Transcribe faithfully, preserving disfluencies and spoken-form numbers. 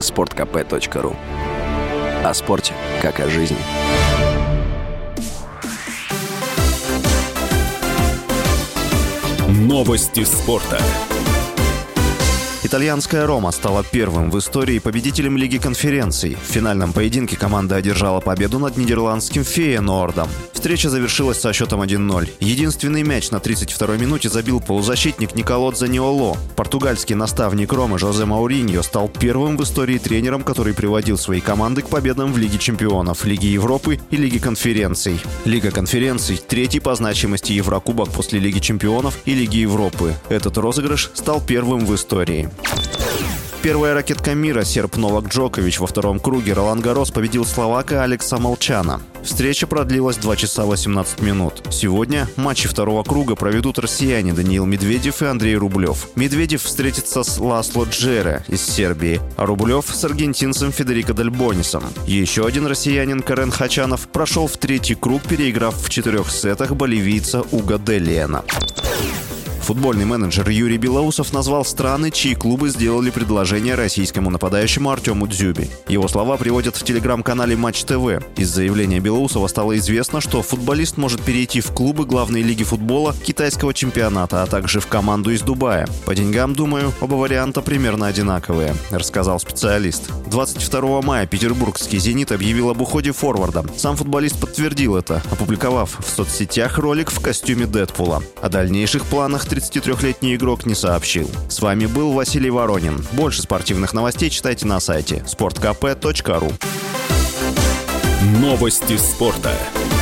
спорт ка пэ точка ру. О спорте, как о жизни. Новости спорта. Итальянская «Рома» стала первым в истории победителем Лиги конференций. В финальном поединке команда одержала победу над нидерландским «Фейенордом». Встреча завершилась со счетом один ноль. Единственный мяч на тридцать второй минуте забил полузащитник Николо Заниоло. Португальский наставник «Ромы» Жозе Мауриньо стал первым в истории тренером, который приводил свои команды к победам в Лиге чемпионов, Лиге Европы и Лиге конференций. Лига конференций – третий по значимости Еврокубок после Лиги чемпионов и Лиги Европы. Этот розыгрыш стал первым в истории. Первая ракетка мира, серб Новак Джокович, во втором круге Ролан-Гаррос победил словака Алекса Молчана. Встреча продлилась два часа восемнадцать минут. Сегодня матчи второго круга проведут россияне Даниил Медведев и Андрей Рублев. Медведев встретится с Ласло Джере из Сербии, а Рублев с аргентинцем Федерико Дель Бонисом. Еще один россиянин Карен Хачанов прошел в третий круг, переиграв в четырех сетах боливийца Уго Делиена. Футбольный менеджер Юрий Белоусов назвал страны, чьи клубы сделали предложение российскому нападающему Артему Дзюби. Его слова приводят в телеграм-канале Матч ТВ. Из заявления Белоусова стало известно, что футболист может перейти в клубы главной лиги футбола китайского чемпионата, а также в команду из Дубая. По деньгам, думаю, оба варианта примерно одинаковые, рассказал специалист. двадцать второго мая петербургский «Зенит» объявил об уходе форварда. Сам футболист подтвердил это, опубликовав в соцсетях ролик в костюме Дэдпула. О дальнейших планах тридцатитрёхлетний игрок не сообщил. С вами был Василий Воронин. Больше спортивных новостей читайте на сайте спорт ка пэ точка ру. Новости спорта.